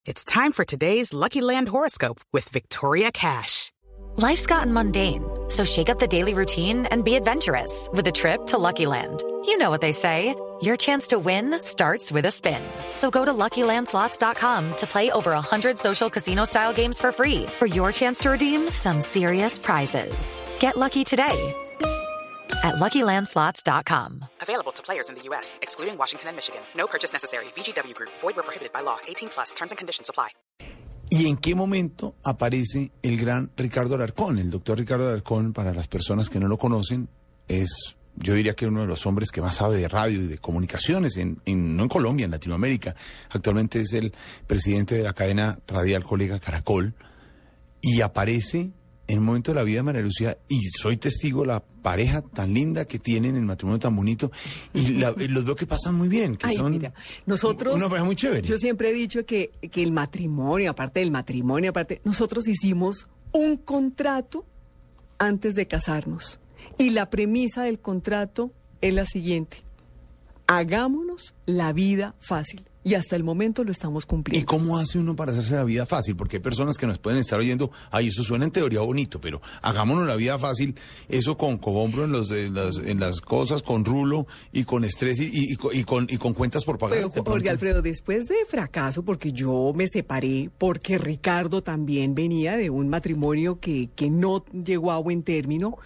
It's time for today's Lucky Land horoscope with Victoria Cash. Life's gotten mundane, so shake up the daily routine and be adventurous with a trip to Lucky Land. You know what they say, your chance to win starts with a spin. So go to LuckyLandSlots.com to play over 100 social casino-style games for free for your chance to redeem some serious prizes. Get lucky today at LuckyLandSlots.com. Available to players in the U.S., excluding Washington and Michigan. No purchase necessary. VGW Group. Void where prohibited by law. 18+. Terms and conditions apply. ¿Y en qué momento aparece el gran Ricardo Alarcón? El doctor Ricardo Alarcón, para las personas que no lo conocen, es, yo diría que uno de los hombres que más sabe de radio y de comunicaciones, no en Colombia, en Latinoamérica. Actualmente es el presidente de la cadena radial colega Caracol, y aparece en un momento de la vida de María Lucía, y soy testigo de la pareja tan linda que tienen, el matrimonio tan bonito, y los veo que pasan muy bien, que son mira, nosotros, una pareja muy chévere. Yo siempre he dicho que el matrimonio, nosotros hicimos un contrato antes de casarnos, y la premisa del contrato es la siguiente: hagámonos la vida fácil. Y hasta el momento lo estamos cumpliendo. ¿Y cómo hace uno para hacerse la vida fácil? Porque hay personas que nos pueden estar oyendo, ay, eso suena en teoría bonito, pero hagámonos la vida fácil, eso con cogombro en las cosas, con rulo y con estrés y con cuentas por pagar. Pero, Jorge Alfredo, después de fracaso, porque yo me separé, porque Ricardo también venía de un matrimonio que no llegó a buen término,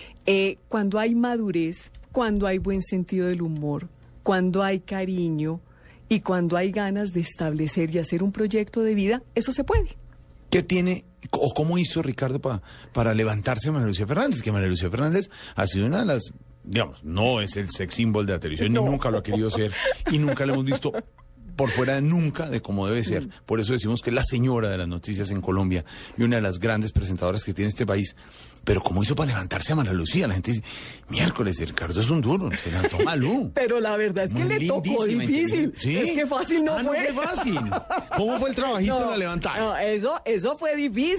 cuando hay madurez, cuando hay buen sentido del humor, cuando hay cariño y cuando hay ganas de establecer y hacer un proyecto de vida, eso se puede. ¿Qué tiene o cómo hizo Ricardo para levantarse a María Lucía Fernández? Que María Lucía Fernández ha sido una de las, digamos, no es el sex symbol de la televisión, No. ni nunca lo ha querido ser, y nunca lo hemos visto por fuera de nunca de cómo debe ser. Por eso decimos que es la señora de las noticias en Colombia y una de las grandes presentadoras que tiene este país. Pero ¿cómo hizo para levantarse a María Lucía? La gente dice, miércoles, Ricardo es un duro, se levantó Malú. Pero la verdad es que Muy le tocó lindísima, difícil. ¿sí? Es que fácil no No fue. fue fácil. ¿Cómo fue el trabajito de la levantada? No, eso fue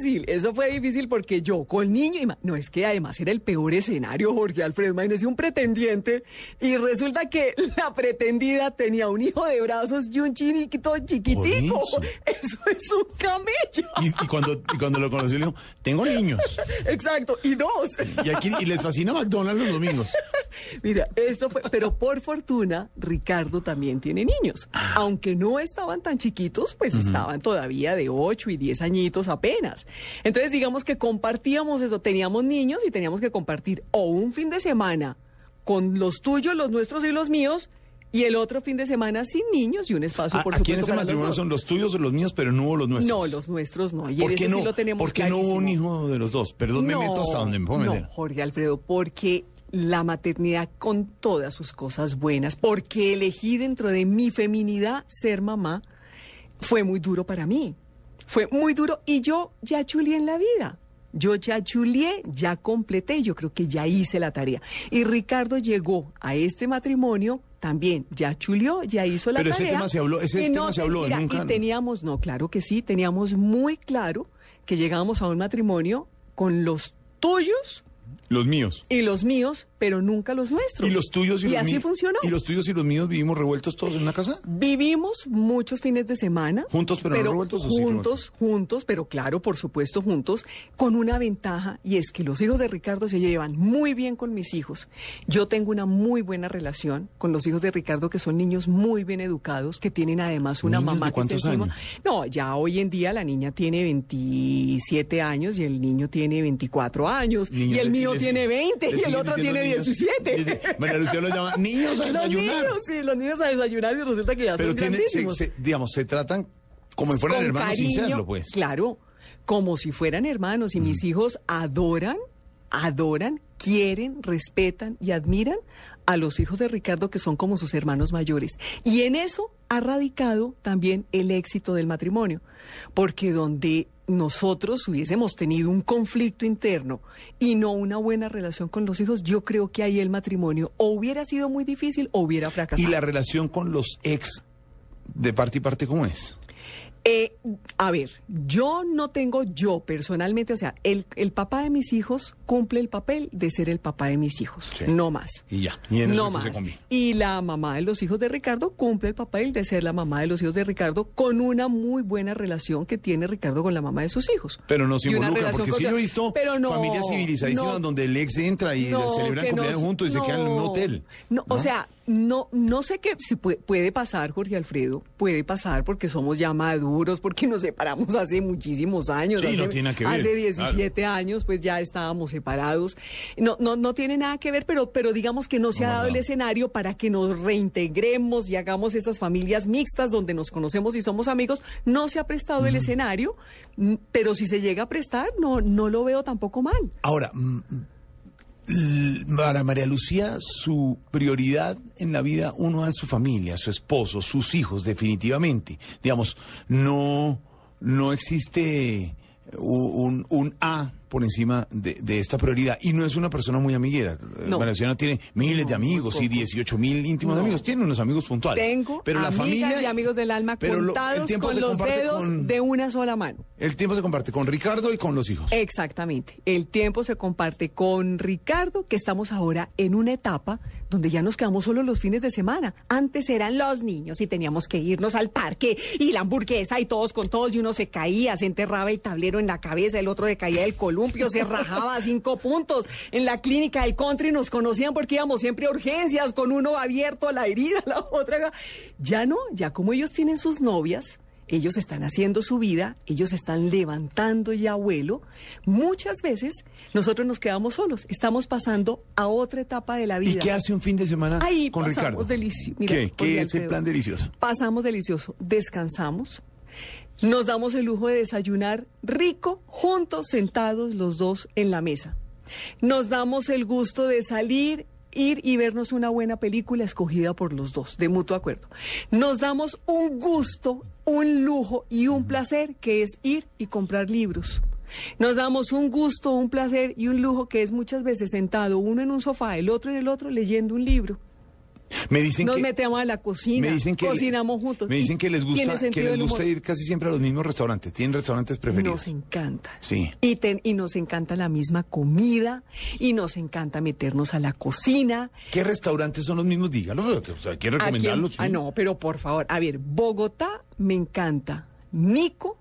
difícil porque yo con niño, no, es que además era el peor escenario, Jorge Alfredo, imagínese un pretendiente y resulta que la pretendida tenía un hijo de brazos y un chiniquito chiquitico. Buenísimo. Eso es un camello. Y cuando lo conoció le dijo, tengo niños. Exacto, y dos. Y les fascina McDonald's los domingos. Mira, esto fue, pero por fortuna, Ricardo también tiene niños. Aunque no estaban tan chiquitos, pues estaban todavía de 8 y 10 añitos apenas. Entonces, digamos que compartíamos eso, teníamos niños y teníamos que compartir o un fin de semana con los tuyos, los nuestros y los míos, y el otro fin de semana sin niños y un espacio, por aquí en supuesto, este para los matrimonio dos. son los tuyos o los míos, pero no hubo los nuestros. No, los nuestros no. Y ¿Por en qué eso no? sí lo tenemos ¿Por qué no hubo un clarísimo. hijo de los dos? Perdón, me meto hasta donde me puedo meter. No, Jorge Alfredo, porque la maternidad con todas sus cosas buenas, porque elegí dentro de mi feminidad ser mamá, fue muy duro para mí. Fue muy duro y yo ya chulié en la vida. Yo ya chulié, ya completé, yo creo que ya hice la tarea. Y Ricardo llegó a este matrimonio también, ya chulió, ya hizo la Pero tarea. ese tema se habló, Mira, nunca. Y teníamos, no, claro que sí, teníamos muy claro que llegábamos a un matrimonio con los tuyos Los míos. y los míos, pero nunca los nuestros. Y los tuyos y los míos. así funcionó. ¿Y los tuyos y los míos vivimos revueltos todos en una casa? Vivimos muchos fines de semana. ¿Juntos pero no revueltos o sí Juntos, pero claro, por supuesto, juntos, con una ventaja, y es que los hijos de Ricardo se llevan muy bien con mis hijos. Yo tengo una muy buena relación con los hijos de Ricardo, que son niños muy bien educados, que tienen además una ¿Niños mamá de cuántos que está encima. años? No, ya hoy en día la niña tiene 27 años y el niño tiene 24 años, Niños y el le- mío le- tiene 20 le y el siguen otro diciendo tiene niños. 17. María Lucía los llama niños a Los desayunar. niños, sí, los niños a desayunar y resulta que ya Pero son tiene, grandísimos. digamos, se tratan como si fueran Con hermanos sin cariño, serlo, pues. Claro, como si fueran hermanos. Y mis hijos adoran, quieren, respetan y admiran a los hijos de Ricardo, que son como sus hermanos mayores. Y en eso ha radicado también el éxito del matrimonio. Porque donde nosotros hubiésemos tenido un conflicto interno y no una buena relación con los hijos, yo creo que ahí el matrimonio o hubiera sido muy difícil o hubiera fracasado. ¿Y la relación con los ex de parte y parte cómo es? A ver, yo personalmente, o sea, el papá de mis hijos cumple el papel de ser el papá de mis hijos, Sí. no más. Y ya, y en eso No es que se más. combina. Y la mamá de los hijos de Ricardo cumple el papel de ser la mamá de los hijos de Ricardo con una muy buena relación que tiene Ricardo con la mamá de sus hijos. Pero no se Y una involucra, porque relación sí yo he cordial. visto Pero no, familias civilizadísimas no, donde el ex entra y celebran que comida juntos y se quedan en un hotel. No, o sea, no sé qué si puede pasar, Jorge Alfredo, puede pasar porque somos ya maduros, porque nos separamos hace muchísimos años. Sí, no tiene nada que ver, Hace 17 claro. años, pues ya estábamos separados. No tiene nada que ver, pero digamos que no se ha dado el escenario para que nos reintegremos y hagamos estas familias mixtas donde nos conocemos y somos amigos. No se ha prestado el escenario, pero si se llega a prestar, no lo veo tampoco mal. Ahora, para María Lucía, su prioridad en la vida, uno es su familia, su esposo, sus hijos, definitivamente. Digamos, no existe un A por encima de esta prioridad. Y no es una persona muy amiguera. No. María Lucía no tiene miles de amigos y 18.000 íntimos amigos. Tiene unos amigos puntuales. Tengo pero amigas la familia y amigos del alma pero el contados tiempo con se los comparte dedos de una sola mano. El tiempo se comparte con Ricardo y con los hijos. Exactamente. El tiempo se comparte con Ricardo, que estamos ahora en una etapa donde ya nos quedamos solo los fines de semana. Antes eran los niños y teníamos que irnos al parque y la hamburguesa y todos con todos y uno se caía, se enterraba el tablero en la cabeza, el otro se caía del columpio, se rajaba a 5 puntos. En la clínica del country nos conocían porque íbamos siempre a urgencias con uno abierto a la herida, la otra. Ya no, ya como ellos tienen sus novias, ellos están haciendo su vida, ellos están levantando ya vuelo. Muchas veces nosotros nos quedamos solos, estamos pasando a otra etapa de la vida. ¿Y qué hace un fin de semana Ahí con pasamos Ricardo? delicioso. Mira, ¿Qué Jorge es el Alfredo, plan delicioso? Pasamos delicioso, descansamos, nos damos el lujo de desayunar rico, juntos, sentados los dos en la mesa. Nos damos el gusto de salir, ir y vernos una buena película escogida por los dos, de mutuo acuerdo. Nos damos un gusto, un lujo y un placer que es ir y comprar libros. Nos damos un gusto, un placer y un lujo que es muchas veces sentado uno en un sofá, el otro en el otro, leyendo un libro. Me dicen Nos que metemos a la cocina, cocinamos juntos. Me dicen que les Tiene gusta sentido del humor. ir casi siempre a los mismos restaurantes. ¿Tienen restaurantes preferidos? Nos encanta. Sí. Y nos encanta la misma comida, y nos encanta meternos a la cocina. ¿Qué restaurantes son los mismos? Dígalo, o sea, hay que recomendarlos. Ah, no, pero por favor, a ver, Bogotá me encanta. Nico,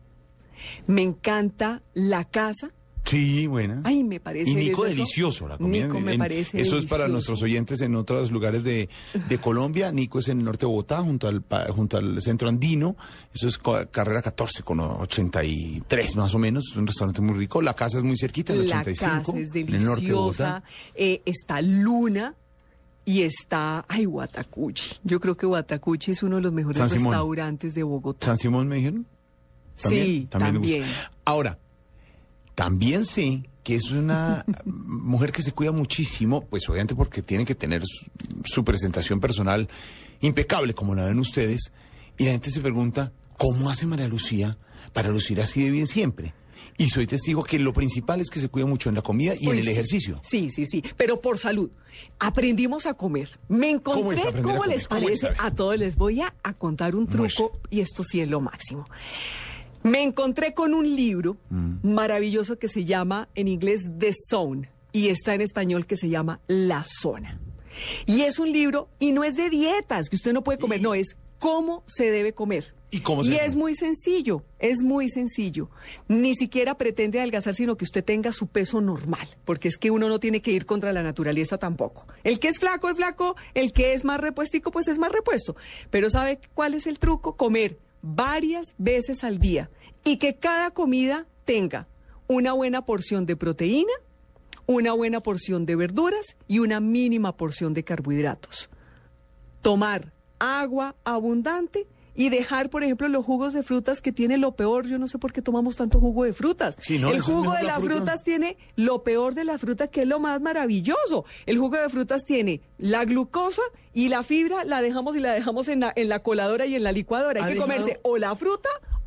me encanta La Casa. Sí, buena. Ay, me parece Y Nico delicioso. delicioso, la comida. Nico me parece eso es para delicioso. nuestros oyentes en otros lugares de Colombia. Nico es en el norte de Bogotá, junto al centro andino. Eso es carrera 14 con 83 más o menos. Es un restaurante muy rico. La Casa es muy cerquita, en el La 85. Casa es en el norte de deliciosa. Bogotá. Está Luna. Y está, Guatacuchi. Yo creo que Guatacuchi es uno de los mejores San Simón. restaurantes de Bogotá. ¿San Simón me dijeron? Sí, me gusta. también. Ahora, también sé que es una mujer que se cuida muchísimo, pues obviamente porque tiene que tener su presentación personal impecable, como la ven ustedes, y la gente se pregunta, ¿cómo hace María Lucía para lucir así de bien siempre? Y soy testigo que lo principal es que se cuida mucho en la comida y en el ejercicio. Sí, pero por salud. Aprendimos a comer. Me encontré, ¿Cómo es aprender a ¿cómo comer? les ¿Cómo es? parece? A ver. A todos les voy a contar un truco, y esto sí es lo máximo. Me encontré con un libro maravilloso que se llama, en inglés, The Zone, y está en español que se llama La Zona. Y es un libro, y no es de dietas, que usted no puede comer, no, es cómo se debe comer. ¿Y cómo se Y come? es muy sencillo. Ni siquiera pretende adelgazar, sino que usted tenga su peso normal, porque es que uno no tiene que ir contra la naturaleza tampoco. El que es flaco, el que es más repuestico, pues es más repuesto. Pero ¿sabe cuál es el truco? Comer varias veces al día y que cada comida tenga una buena porción de proteína, una buena porción de verduras y una mínima porción de carbohidratos. Tomar agua abundante y dejar, por ejemplo, los jugos de frutas, que tiene lo peor. Yo no sé por qué tomamos tanto jugo de frutas. Sí, no, el eso es jugo mejor de la las fruta. frutas tiene lo peor de la fruta, que es lo más maravilloso. El jugo de frutas tiene la glucosa, y la fibra la dejamos en la coladora y en la licuadora. ¿Ha Hay que dejado? comerse o la fruta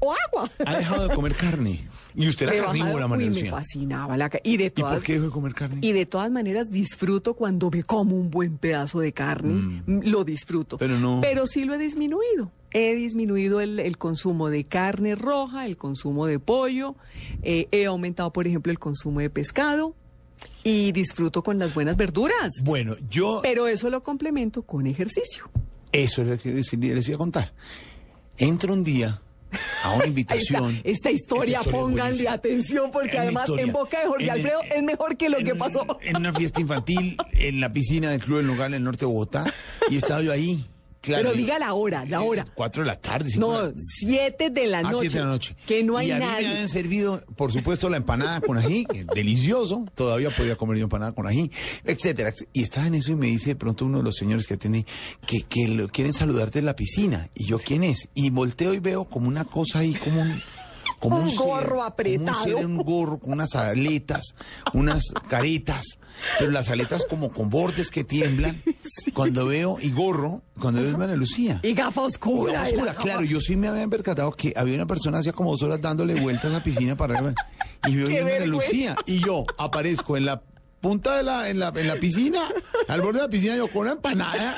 o agua. Ha dejado de comer carne. Y usted era carnívora, María Me Lucía. fascinaba ¿Y por qué dejó de comer carne? Y de todas maneras disfruto cuando me como un buen pedazo de carne, lo disfruto. Pero sí lo he disminuido. He disminuido el consumo de carne roja, el consumo de pollo, he aumentado, por ejemplo, el consumo de pescado y disfruto con las buenas verduras. Bueno, Pero eso lo complemento con ejercicio. Eso es lo que les iba a contar. Entro un día a una invitación. Esta historia pónganle atención porque además en boca de Jorge Alfredo es mejor que lo que pasó. En una fiesta infantil en la piscina del Club del Nogal en el norte de Bogotá y estaba yo ahí. Claro, pero diga la hora. 4 de la tarde. 7 de la noche. 7 de la noche. Que no hay y a nadie. mí me habían servido, por supuesto, la empanada con ají, delicioso. Todavía podía comer yo empanada con ají, etcétera. Y estaba en eso y me dice de pronto uno de los señores que atiende que lo quieren saludarte en la piscina. Y yo, ¿quién es? Y volteo y veo como una cosa ahí, como un gorro apretado. Un gorro con unas aletas, unas caretas, pero las aletas como con bordes que tiemblan. Sí. Cuando veo, y gorro, cuando veo es María Lucía. Y gafa oscura. Claro, yo sí me había percatado que había una persona hacía como 2 horas dándole vueltas a la piscina para arriba. Y veo a María Lucía. Y yo aparezco en la punta de en la piscina, al borde de la piscina, yo con una empanada.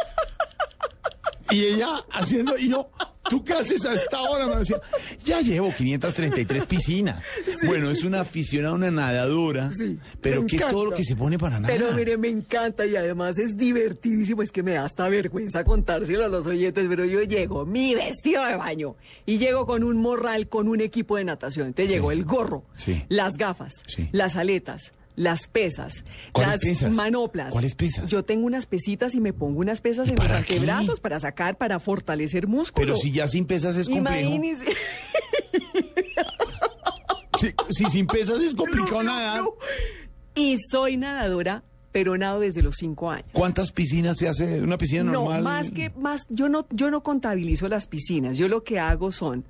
Y ella haciendo, y yo, ¿tú qué haces a esta hora? Me decía, ya llevo 533 piscinas. Sí. Bueno, es una aficionada, una nadadora, sí, pero ¿qué es todo lo que se pone para nadar? Pero mire, me encanta y además es divertidísimo, es que me da hasta vergüenza contárselo a los oyentes, pero yo llego, mi vestido de baño, y llego con un morral, con un equipo de natación. Entonces llego el gorro, las gafas, las aletas, las pesas, las manoplas. ¿Cuáles pesas? Yo tengo unas pesitas y me pongo unas pesas en los antebrazos para sacar, para fortalecer músculo. Pero si ya sin pesas es complejo. Imagínese. Si sin pesas es complicado nadar. Y soy nadadora, pero nado desde los 5 años. ¿Cuántas piscinas se hace? ¿Una piscina normal? No, yo no contabilizo las piscinas. Yo lo que hago son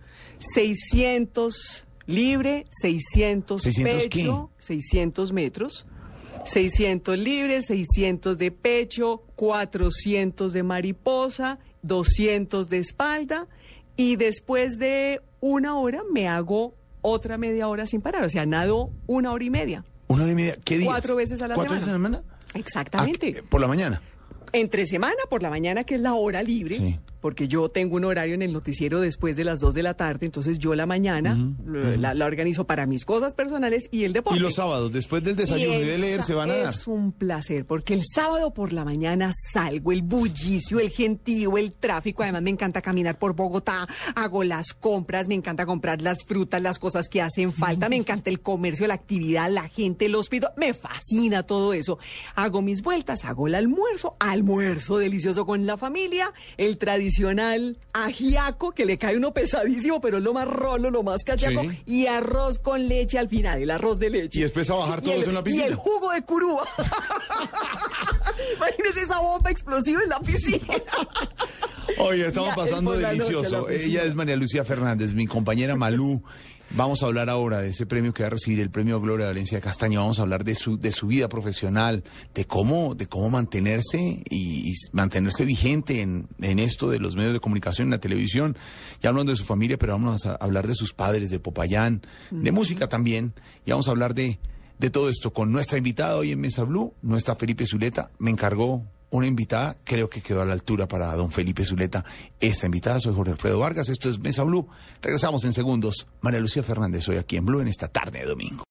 600 libre, 600 pecho, ¿qué? 600 metros, 600 libre, 600 de pecho, 400 de mariposa, 200 de espalda y después de 1 hora me hago otra media hora sin parar, o sea, nado 1 hora y media. 1 hora y media, ¿qué días? 4 veces a la semana. ¿4 veces a la semana? Exactamente. ¿Por la mañana? Entre semana, por la mañana, que es la hora libre, porque yo tengo un horario en el noticiero después de las 2 de la tarde, entonces yo la mañana la organizo para mis cosas personales y el deporte. ¿Y los sábados, después del desayuno y de leer, se van a dar? Es un placer, porque el sábado por la mañana salgo, el bullicio, el gentío, el tráfico, además me encanta caminar por Bogotá, hago las compras, me encanta comprar las frutas, las cosas que hacen falta, me encanta el comercio, la actividad, la gente, los pido, me fascina todo eso. Hago mis vueltas, hago el almuerzo delicioso con la familia, el tradicional ajiaco, que le cae uno pesadísimo, pero es lo más rolo, lo más cachaco, y arroz con leche al final, el arroz de leche. Y después a bajar todo eso en la piscina. Y el jugo de curúa. Imagínese esa bomba explosiva en la piscina. Oye, estamos pasando delicioso. Ella es María Lucía Fernández, mi compañera Malú. Vamos a hablar ahora de ese premio que va a recibir, el premio Gloria Valencia de Castaño. Vamos a hablar de su vida profesional, de cómo mantenerse y mantenerse vigente en esto de los medios de comunicación, en la televisión. Ya hablando de su familia, pero vamos a hablar de sus padres, de Popayán, de música también. Y vamos a hablar de todo esto con nuestra invitada hoy en Mesa Blue, nuestra Felipe Zuleta. Me encargó una invitada, creo que quedó a la altura para don Felipe Zuleta. Esta invitada, soy Jorge Alfredo Vargas, esto es Mesa Blue. Regresamos en segundos. María Lucía Fernández, hoy aquí en Blue en esta tarde de domingo.